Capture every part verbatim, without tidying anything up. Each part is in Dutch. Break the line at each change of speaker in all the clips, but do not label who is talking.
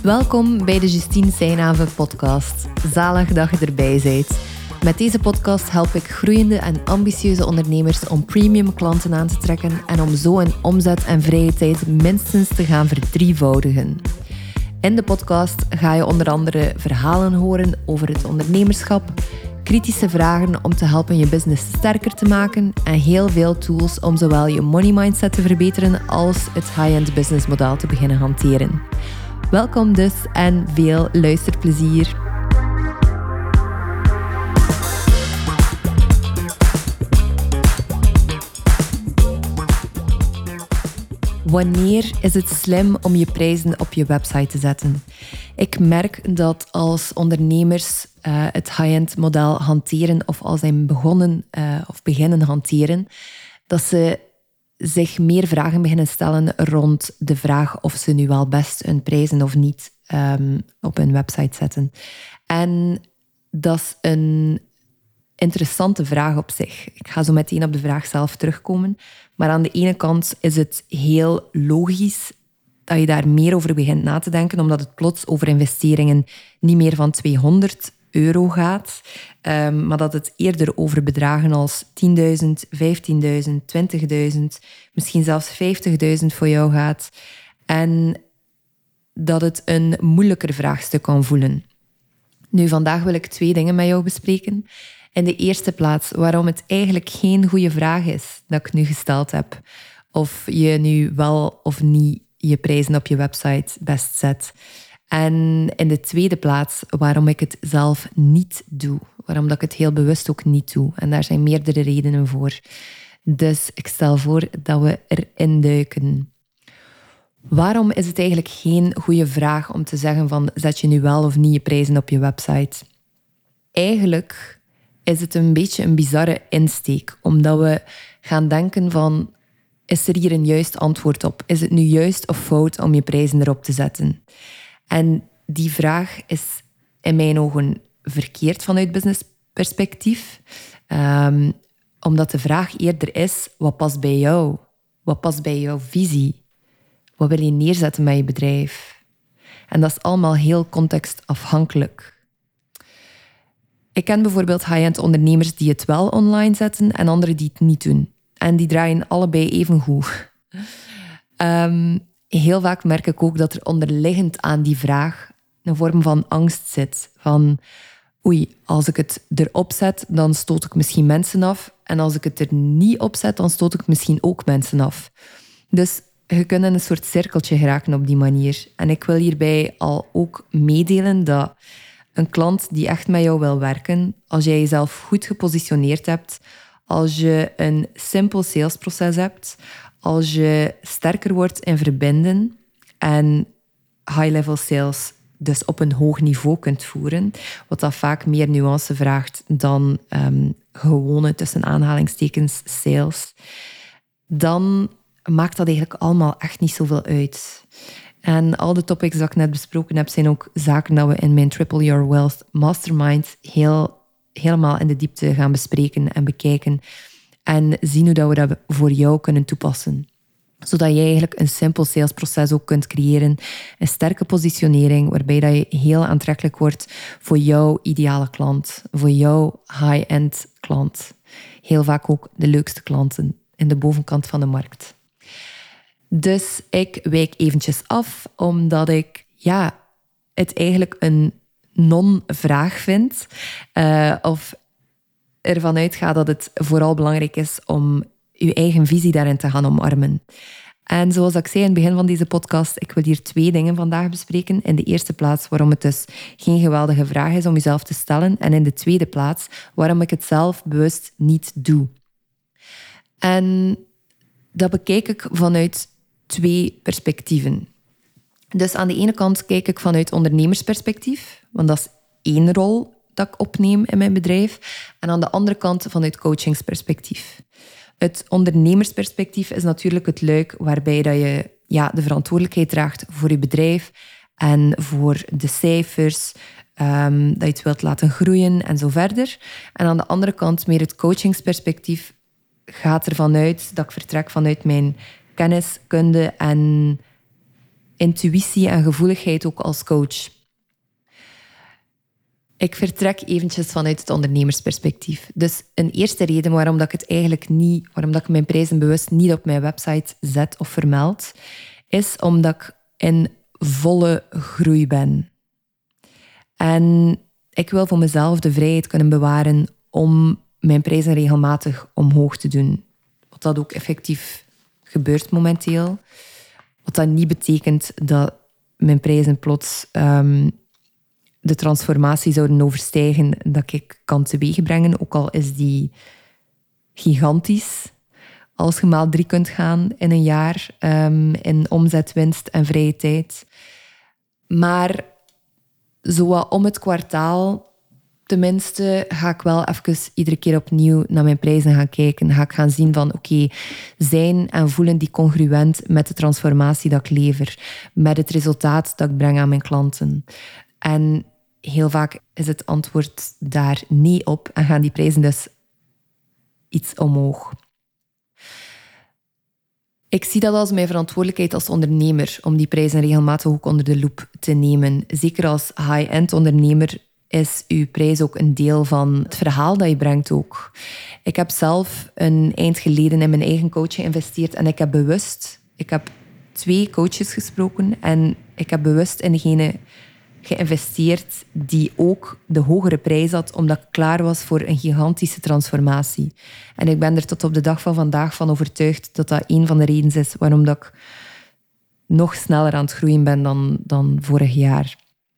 Welkom bij de Justine Seijnave podcast. Zalig dat je erbij bent. Met deze podcast help ik groeiende en ambitieuze ondernemers om premium klanten aan te trekken en om zo hun omzet en vrije tijd minstens te gaan verdrievoudigen. In de podcast ga je onder andere verhalen horen over het ondernemerschap, kritische vragen om te helpen je business sterker te maken en heel veel tools om zowel je money mindset te verbeteren als het high-end businessmodel te beginnen hanteren. Welkom dus en veel luisterplezier. Wanneer is het slim om je prijzen op je website te zetten? Ik merk dat als ondernemers uh, het high-end model hanteren of als zij begonnen uh, of beginnen hanteren, dat ze zich meer vragen beginnen stellen rond de vraag of ze nu wel best hun prijzen of niet um, op hun website zetten. En dat is een interessante vraag op zich. Ik ga zo meteen op de vraag zelf terugkomen. Maar aan de ene kant is het heel logisch dat je daar meer over begint na te denken, omdat het plots over investeringen niet meer van tweehonderd euro gaat, um, maar dat het eerder over bedragen als tienduizend, vijftienduizend, twintigduizend, misschien zelfs vijftigduizend voor jou gaat. En dat het een moeilijker vraagstuk kan voelen. Nu, vandaag wil ik twee dingen met jou bespreken. In de eerste plaats, waarom het eigenlijk geen goede vraag is dat ik nu gesteld heb. Of je nu wel of niet je prijzen op je website best zet. En in de tweede plaats, waarom ik het zelf niet doe. Waarom dat ik het heel bewust ook niet doe. En daar zijn meerdere redenen voor. Dus ik stel voor dat we erin duiken. Waarom is het eigenlijk geen goede vraag om te zeggen van zet je nu wel of niet je prijzen op je website? Eigenlijk is het een beetje een bizarre insteek. Omdat we gaan denken van, is er hier een juist antwoord op? Is het nu juist of fout om je prijzen erop te zetten? En die vraag is in mijn ogen verkeerd vanuit businessperspectief. Um, omdat de vraag eerder is, wat past bij jou? Wat past bij jouw visie? Wat wil je neerzetten met je bedrijf? En dat is allemaal heel contextafhankelijk. Ik ken bijvoorbeeld high-end ondernemers die het wel online zetten en anderen die het niet doen. En die draaien allebei even goed. Um, heel vaak merk ik ook dat er onderliggend aan die vraag een vorm van angst zit. Van, oei, als ik het erop zet, dan stoot ik misschien mensen af. En als ik het er niet op zet, dan stoot ik misschien ook mensen af. Dus je kunt in een soort cirkeltje geraken op die manier. En ik wil hierbij al ook meedelen dat een klant die echt met jou wil werken, als jij jezelf goed gepositioneerd hebt, als je een simpel salesproces hebt, als je sterker wordt in verbinden en high-level sales dus op een hoog niveau kunt voeren, wat dat vaak meer nuance vraagt dan um, gewone, tussen aanhalingstekens, sales, dan maakt dat eigenlijk allemaal echt niet zoveel uit. En al de topics dat ik net besproken heb, zijn ook zaken dat we in mijn Triple Your Wealth Mastermind heel, helemaal in de diepte gaan bespreken en bekijken. En zien hoe dat we dat voor jou kunnen toepassen. Zodat jij eigenlijk een simpel salesproces ook kunt creëren. Een sterke positionering, waarbij dat je heel aantrekkelijk wordt voor jouw ideale klant. Voor jouw high-end klant. Heel vaak ook de leukste klanten in de bovenkant van de markt. Dus ik wijk eventjes af, omdat ik ja, het eigenlijk een non-vraag vind. Uh, of ervan uitga dat het vooral belangrijk is om je eigen visie daarin te gaan omarmen. En zoals ik zei in het begin van deze podcast, ik wil hier twee dingen vandaag bespreken. In de eerste plaats waarom het dus geen geweldige vraag is om jezelf te stellen. En in de tweede plaats waarom ik het zelf bewust niet doe. En dat bekijk ik vanuit twee perspectieven. Dus aan de ene kant kijk ik vanuit ondernemersperspectief, want dat is één rol dat ik opneem in mijn bedrijf. En aan de andere kant vanuit coachingsperspectief. Het ondernemersperspectief is natuurlijk het luik waarbij dat je ja, de verantwoordelijkheid draagt voor je bedrijf en voor de cijfers, um, dat je het wilt laten groeien en zo verder. En aan de andere kant meer het coachingsperspectief gaat ervan uit dat ik vertrek vanuit mijn kennis, kunde en intuïtie en gevoeligheid ook als coach. Ik vertrek eventjes vanuit het ondernemersperspectief. Dus een eerste reden waarom dat ik het eigenlijk niet, waarom dat ik mijn prijzen bewust niet op mijn website zet of vermeld, is omdat ik in volle groei ben. En ik wil voor mezelf de vrijheid kunnen bewaren om mijn prijzen regelmatig omhoog te doen. Wat dat ook effectief gebeurt momenteel. Wat dat niet betekent dat mijn prijzen plots um, de transformatie zouden overstijgen dat ik kan teweegbrengen, ook al is die gigantisch. Als je maal drie kunt gaan in een jaar um, in omzet, winst en vrije tijd. Maar zo wat om het kwartaal, tenminste, ga ik wel even iedere keer opnieuw naar mijn prijzen gaan kijken. Ga ik gaan zien van, oké, okay, zijn en voelen die congruent met de transformatie dat ik lever, met het resultaat dat ik breng aan mijn klanten. En heel vaak is het antwoord daar nee op en gaan die prijzen dus iets omhoog. Ik zie dat als mijn verantwoordelijkheid als ondernemer om die prijzen regelmatig ook onder de loep te nemen. Zeker als high-end ondernemer is uw prijs ook een deel van het verhaal dat je brengt ook. Ik heb zelf een eind geleden in mijn eigen coach geïnvesteerd en ik heb bewust, ik heb twee coaches gesproken en ik heb bewust in degene geïnvesteerd die ook de hogere prijs had, omdat ik klaar was voor een gigantische transformatie. En ik ben er tot op de dag van vandaag van overtuigd dat dat een van de redenen is waarom dat ik nog sneller aan het groeien ben dan, dan vorig jaar.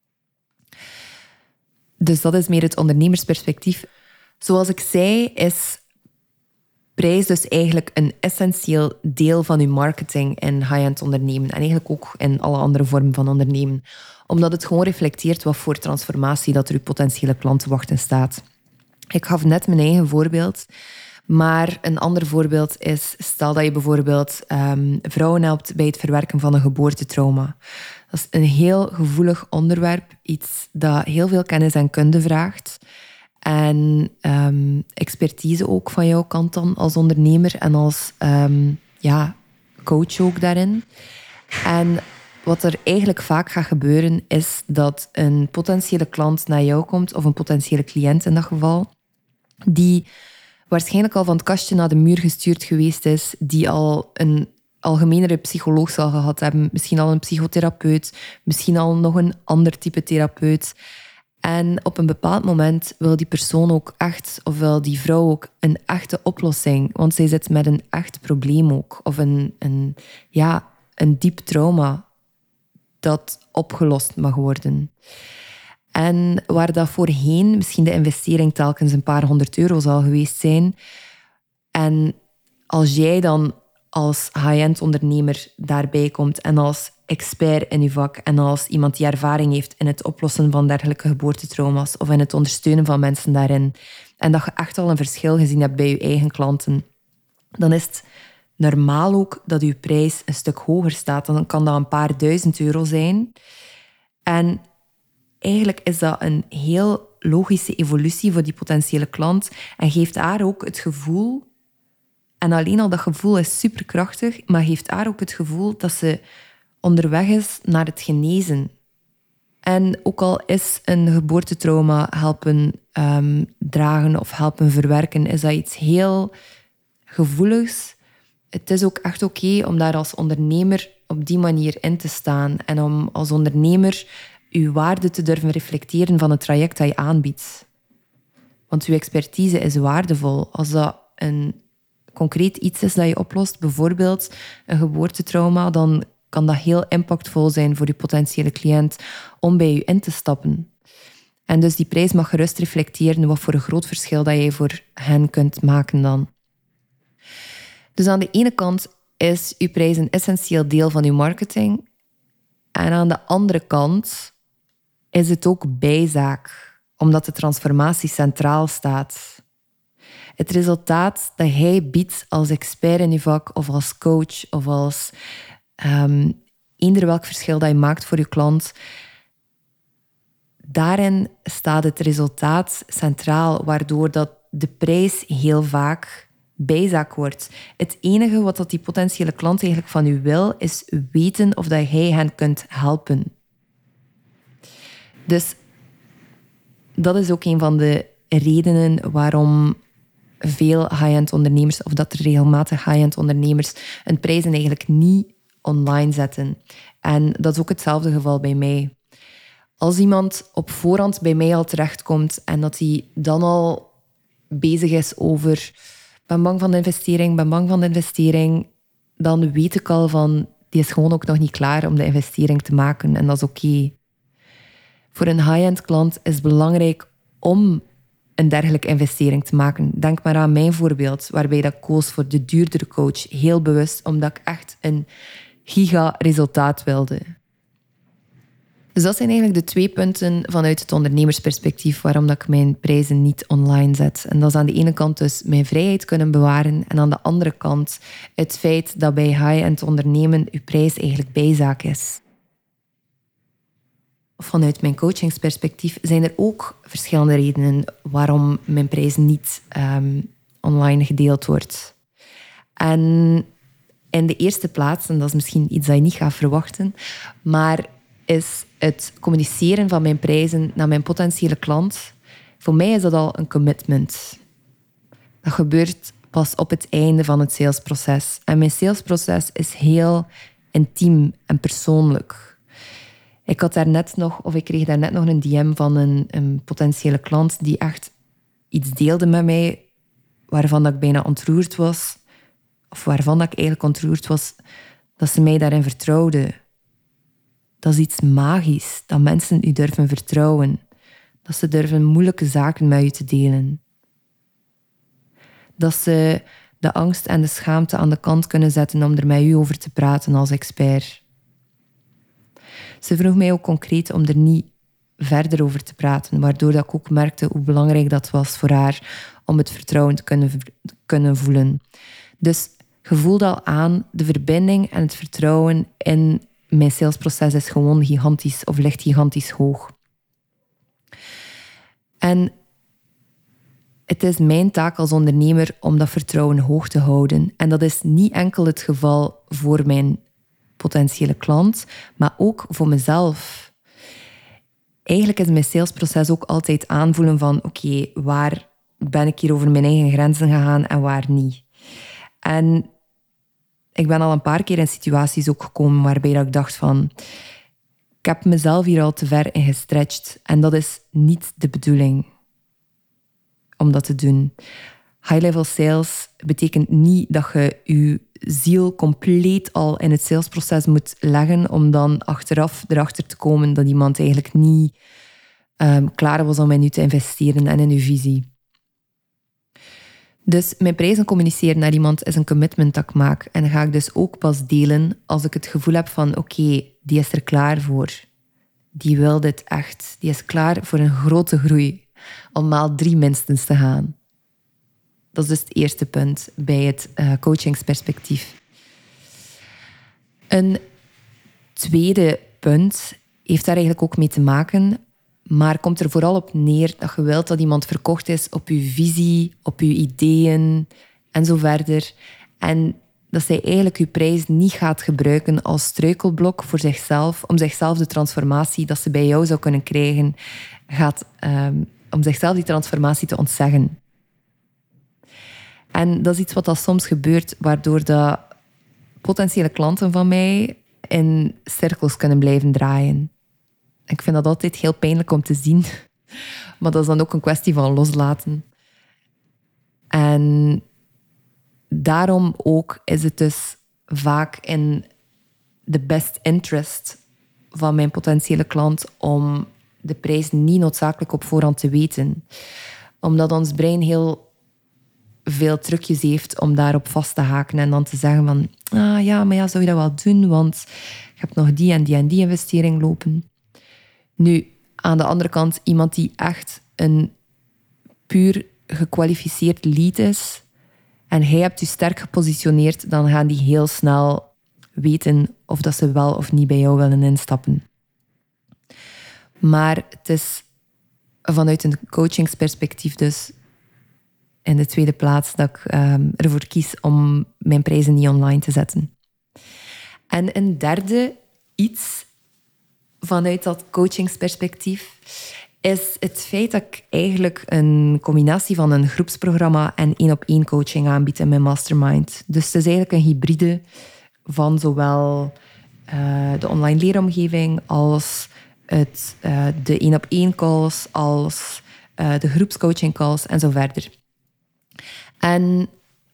Dus dat is meer het ondernemersperspectief. Zoals ik zei, is prijs dus eigenlijk een essentieel deel van uw marketing in high-end ondernemen. En eigenlijk ook in alle andere vormen van ondernemen. Omdat het gewoon reflecteert wat voor transformatie dat er uw potentiële klant te wachten staat. Ik gaf net mijn eigen voorbeeld. Maar een ander voorbeeld is, stel dat je bijvoorbeeld um, vrouwen helpt bij het verwerken van een geboortetrauma. Dat is een heel gevoelig onderwerp. Iets dat heel veel kennis en kunde vraagt. En um, expertise ook van jouw kant dan als ondernemer en als um, ja, coach ook daarin. En wat er eigenlijk vaak gaat gebeuren is dat een potentiële klant naar jou komt, of een potentiële cliënt in dat geval, die waarschijnlijk al van het kastje naar de muur gestuurd geweest is, die al een algemenere psycholoog zal gehad hebben, misschien al een psychotherapeut, misschien al nog een ander type therapeut. En op een bepaald moment wil die persoon ook echt, of wil die vrouw ook een echte oplossing, want zij zit met een echt probleem ook, of een, een, ja, een diep trauma dat opgelost mag worden. En waar dat voorheen misschien de investering telkens een paar honderd euro zal geweest zijn, en als jij dan als high-end ondernemer daarbij komt en als expert in je vak en als iemand die ervaring heeft in het oplossen van dergelijke geboortetrauma's of in het ondersteunen van mensen daarin, en dat je echt al een verschil gezien hebt bij je eigen klanten, dan is het normaal ook dat je prijs een stuk hoger staat. Dan kan dat een paar duizend euro zijn. En eigenlijk is dat een heel logische evolutie voor die potentiële klant en geeft haar ook het gevoel, en alleen al dat gevoel is superkrachtig, maar geeft haar ook het gevoel dat ze onderweg is naar het genezen. En ook al is een geboortetrauma helpen um, dragen of helpen verwerken, is dat iets heel gevoeligs. Het is ook echt oké okay om daar als ondernemer op die manier in te staan en om als ondernemer uw waarde te durven reflecteren van het traject dat je aanbiedt. Want uw expertise is waardevol. Als dat een concreet iets is dat je oplost, bijvoorbeeld een geboortetrauma, dan kan dat heel impactvol zijn voor je potentiële cliënt om bij je in te stappen. En dus die prijs mag gerust reflecteren wat voor een groot verschil dat jij voor hen kunt maken dan. Dus aan de ene kant is uw prijs een essentieel deel van uw marketing. En aan de andere kant is het ook bijzaak, omdat de transformatie centraal staat. Het resultaat dat jij biedt als expert in je vak of als coach of als um, eender welk verschil dat je maakt voor je klant, daarin staat het resultaat centraal, waardoor dat de prijs heel vaak bijzaak wordt. Het enige wat dat die potentiële klant eigenlijk van u wil, is weten of dat jij hen kunt helpen. Dus dat is ook een van de redenen waarom veel high-end ondernemers, of dat er regelmatig high-end ondernemers hun prijzen eigenlijk niet online zetten. En dat is ook hetzelfde geval bij mij. Als iemand op voorhand bij mij al terechtkomt en dat hij dan al bezig is over ben bang van de investering, ben bang van de investering, dan weet ik al van die is gewoon ook nog niet klaar om de investering te maken en dat is oké. Okay. Voor een high-end klant is het belangrijk om een dergelijke investering te maken. Denk maar aan mijn voorbeeld, waarbij dat ik koos voor de duurdere coach, heel bewust, omdat ik echt een giga-resultaat wilde. Dus dat zijn eigenlijk de twee punten vanuit het ondernemersperspectief waarom dat ik mijn prijzen niet online zet. En dat is aan de ene kant dus mijn vrijheid kunnen bewaren en aan de andere kant het feit dat bij high-end ondernemen uw prijs eigenlijk bijzaak is. Vanuit mijn coachingsperspectief zijn er ook verschillende redenen waarom mijn prijs niet um, online gedeeld wordt. En in de eerste plaats, en dat is misschien iets dat je niet gaat verwachten, maar is het communiceren van mijn prijzen naar mijn potentiële klant. Voor mij is dat al een commitment. Dat gebeurt pas op het einde van het salesproces. En mijn salesproces is heel intiem en persoonlijk. Ik had daar net nog, of ik kreeg daar net nog een D M van een, een potentiële klant die echt iets deelde met mij waarvan dat ik bijna ontroerd was. Of waarvan dat ik eigenlijk ontroerd was dat ze mij daarin vertrouwde. Dat is iets magisch, dat mensen u durven vertrouwen. Dat ze durven moeilijke zaken met u te delen. Dat ze de angst en de schaamte aan de kant kunnen zetten om er met u over te praten als expert. Ze vroeg mij ook concreet om er niet verder over te praten, waardoor dat ik ook merkte hoe belangrijk dat was voor haar om het vertrouwen te kunnen, kunnen voelen. Dus je voelt al aan, de verbinding en het vertrouwen in mijn salesproces is gewoon gigantisch of ligt gigantisch hoog. En het is mijn taak als ondernemer om dat vertrouwen hoog te houden. En dat is niet enkel het geval voor mijn potentiële klant, maar ook voor mezelf. Eigenlijk is mijn salesproces ook altijd aanvoelen van oké, okay, waar ben ik hier over mijn eigen grenzen gegaan en waar niet. En ik ben al een paar keer in situaties ook gekomen waarbij ik dacht van ik heb mezelf hier al te ver in gestretched en dat is niet de bedoeling om dat te doen. High-level sales betekent niet dat je je ziel compleet al in het salesproces moet leggen om dan achteraf erachter te komen dat iemand eigenlijk niet um, klaar was om in u te investeren en in uw visie. Dus mijn prijzen communiceren naar iemand is een commitment dat ik maak. En dan ga ik dus ook pas delen als ik het gevoel heb van oké, okay, die is er klaar voor. Die wil dit echt. Die is klaar voor een grote groei. Om maal drie minstens te gaan. Dat is dus het eerste punt bij het uh, coachingsperspectief. Een tweede punt heeft daar eigenlijk ook mee te maken, maar komt er vooral op neer dat je wilt dat iemand verkocht is op je visie, op je ideeën en zo verder. En dat zij eigenlijk je prijs niet gaat gebruiken als struikelblok voor zichzelf, om zichzelf de transformatie dat ze bij jou zou kunnen krijgen, gaat, um, om zichzelf die transformatie te ontzeggen. En dat is iets wat dat soms gebeurt, waardoor dat potentiële klanten van mij in cirkels kunnen blijven draaien. Ik vind dat altijd heel pijnlijk om te zien. Maar dat is dan ook een kwestie van loslaten. En daarom ook is het dus vaak in de best interest van mijn potentiële klant om de prijs niet noodzakelijk op voorhand te weten. Omdat ons brein heel veel trucjes heeft om daarop vast te haken en dan te zeggen van ah ja, maar ja, zou je dat wel doen, want je hebt nog die en die en die investering lopen. Nu, aan de andere kant, iemand die echt een puur gekwalificeerd lead is en hij hebt je sterk gepositioneerd, dan gaan die heel snel weten of dat ze wel of niet bij jou willen instappen. Maar het is vanuit een coachingsperspectief dus in de tweede plaats dat ik um, ervoor kies om mijn prijzen niet online te zetten. En een derde iets vanuit dat coachingsperspectief is het feit dat ik eigenlijk een combinatie van een groepsprogramma en één-op-één coaching aanbied in mijn mastermind. Dus het is eigenlijk een hybride van zowel uh, de online leeromgeving als het, uh, de één-op-één calls, als uh, de groepscoaching calls en zo verder. En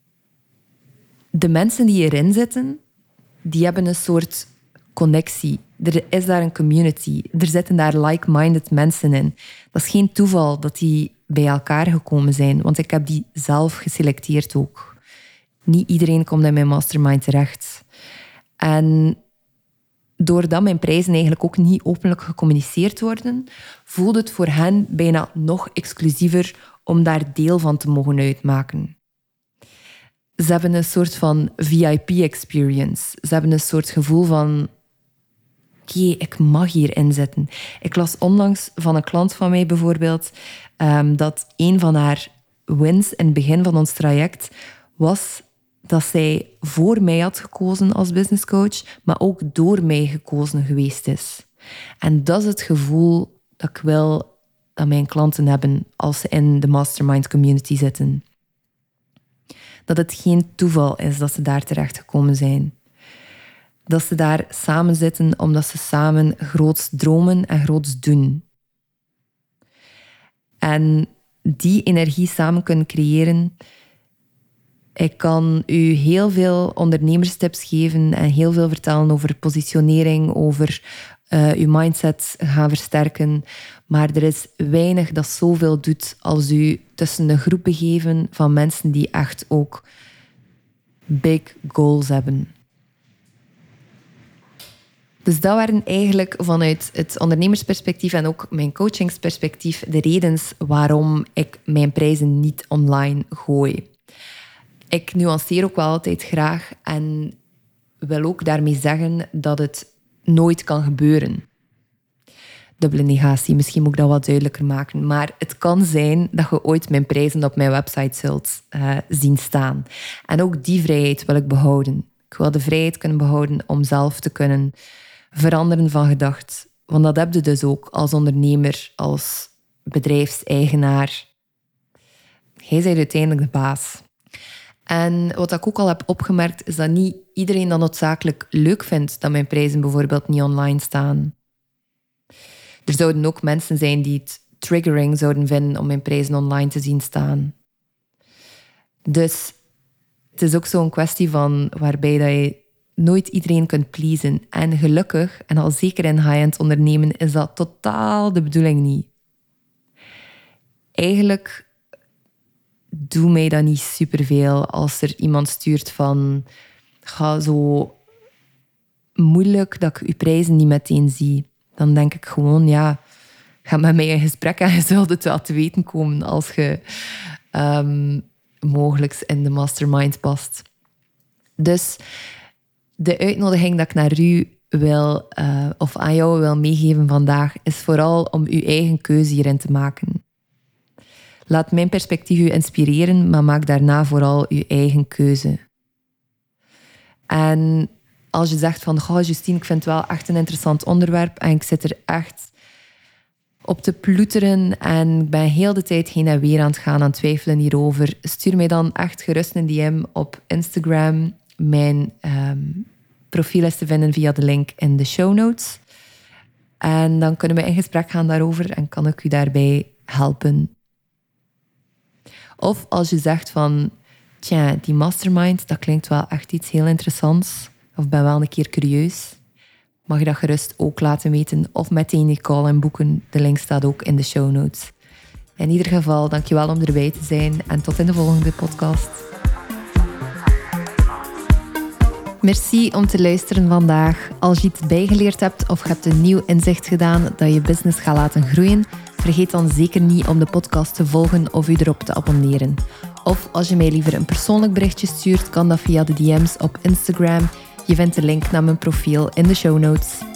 de mensen die erin zitten, die hebben een soort connectie. Er is daar een community. Er zitten daar like-minded mensen in. Dat is geen toeval dat die bij elkaar gekomen zijn, want ik heb die zelf geselecteerd ook. Niet iedereen komt in mijn mastermind terecht. En doordat mijn prijzen eigenlijk ook niet openlijk gecommuniceerd worden, voelde het voor hen bijna nog exclusiever om daar deel van te mogen uitmaken. Ze hebben een soort van V I P-experience. Ze hebben een soort gevoel van oké, okay, ik mag hierin zitten. Ik las onlangs van een klant van mij bijvoorbeeld um, dat een van haar wins in het begin van ons traject was dat zij voor mij had gekozen als businesscoach, maar ook door mij gekozen geweest is. En dat is het gevoel dat ik wil dat mijn klanten hebben als ze in de mastermind community zitten. Dat het geen toeval is dat ze daar terecht gekomen zijn. Dat ze daar samen zitten omdat ze samen groots dromen en groots doen. En die energie samen kunnen creëren. Ik kan u heel veel ondernemerstips geven en heel veel vertellen over positionering, over uh, uw mindset gaan versterken. Maar er is weinig dat zoveel doet als u tussen de groep begeven van mensen die echt ook big goals hebben. Dus dat waren eigenlijk vanuit het ondernemersperspectief en ook mijn coachingsperspectief de redenen waarom ik mijn prijzen niet online gooi. Ik nuanceer ook wel altijd graag en wil ook daarmee zeggen dat het nooit kan gebeuren. Dubbele negatie, misschien moet ik dat wat duidelijker maken. Maar het kan zijn dat je ooit mijn prijzen op mijn website zult uh, zien staan. En ook die vrijheid wil ik behouden. Ik wil de vrijheid kunnen behouden om zelf te kunnen veranderen van gedacht. Want dat heb je dus ook als ondernemer, als bedrijfseigenaar. Jij bent uiteindelijk de baas. En wat ik ook al heb opgemerkt, is dat niet iedereen dat noodzakelijk leuk vindt dat mijn prijzen bijvoorbeeld niet online staan. Er zouden ook mensen zijn die het triggering zouden vinden om mijn prijzen online te zien staan. Dus het is ook zo'n kwestie van waarbij dat je nooit iedereen kunt pleasen. En gelukkig, en al zeker in high-end ondernemen, is dat totaal de bedoeling niet. Eigenlijk doe mij dat niet superveel als er iemand stuurt van ga zo moeilijk dat ik uw prijzen niet meteen zie. Dan denk ik gewoon, ja, ga met mij in gesprek en je zult het wel te weten komen als je um, mogelijk in de mastermind past. Dus de uitnodiging dat ik naar u wil, uh, of aan jou wil meegeven vandaag, is vooral om uw eigen keuze hierin te maken. Laat mijn perspectief u inspireren, maar maak daarna vooral uw eigen keuze. En als je zegt van, goh, Justine, ik vind het wel echt een interessant onderwerp en ik zit er echt op te ploeteren en ik ben heel de tijd heen en weer aan het gaan, aan het twijfelen hierover, stuur mij dan echt gerust een D M op Instagram. Mijn um, profiel is te vinden via de link in de show notes. En dan kunnen we in gesprek gaan daarover en kan ik u daarbij helpen. Of als je zegt van, tja, die mastermind, dat klinkt wel echt iets heel interessants. Of ben wel een keer curieus. Mag je dat gerust ook laten weten. Of meteen je call en boeken. De link staat ook in de show notes. In ieder geval, dankjewel om erbij te zijn. En tot in de volgende podcast. Merci om te luisteren vandaag. Als je iets bijgeleerd hebt of je hebt een nieuw inzicht gedaan dat je business gaat laten groeien, vergeet dan zeker niet om de podcast te volgen of u erop te abonneren. Of als je mij liever een persoonlijk berichtje stuurt, kan dat via de D M's op Instagram. Je vindt de link naar mijn profiel in de show notes.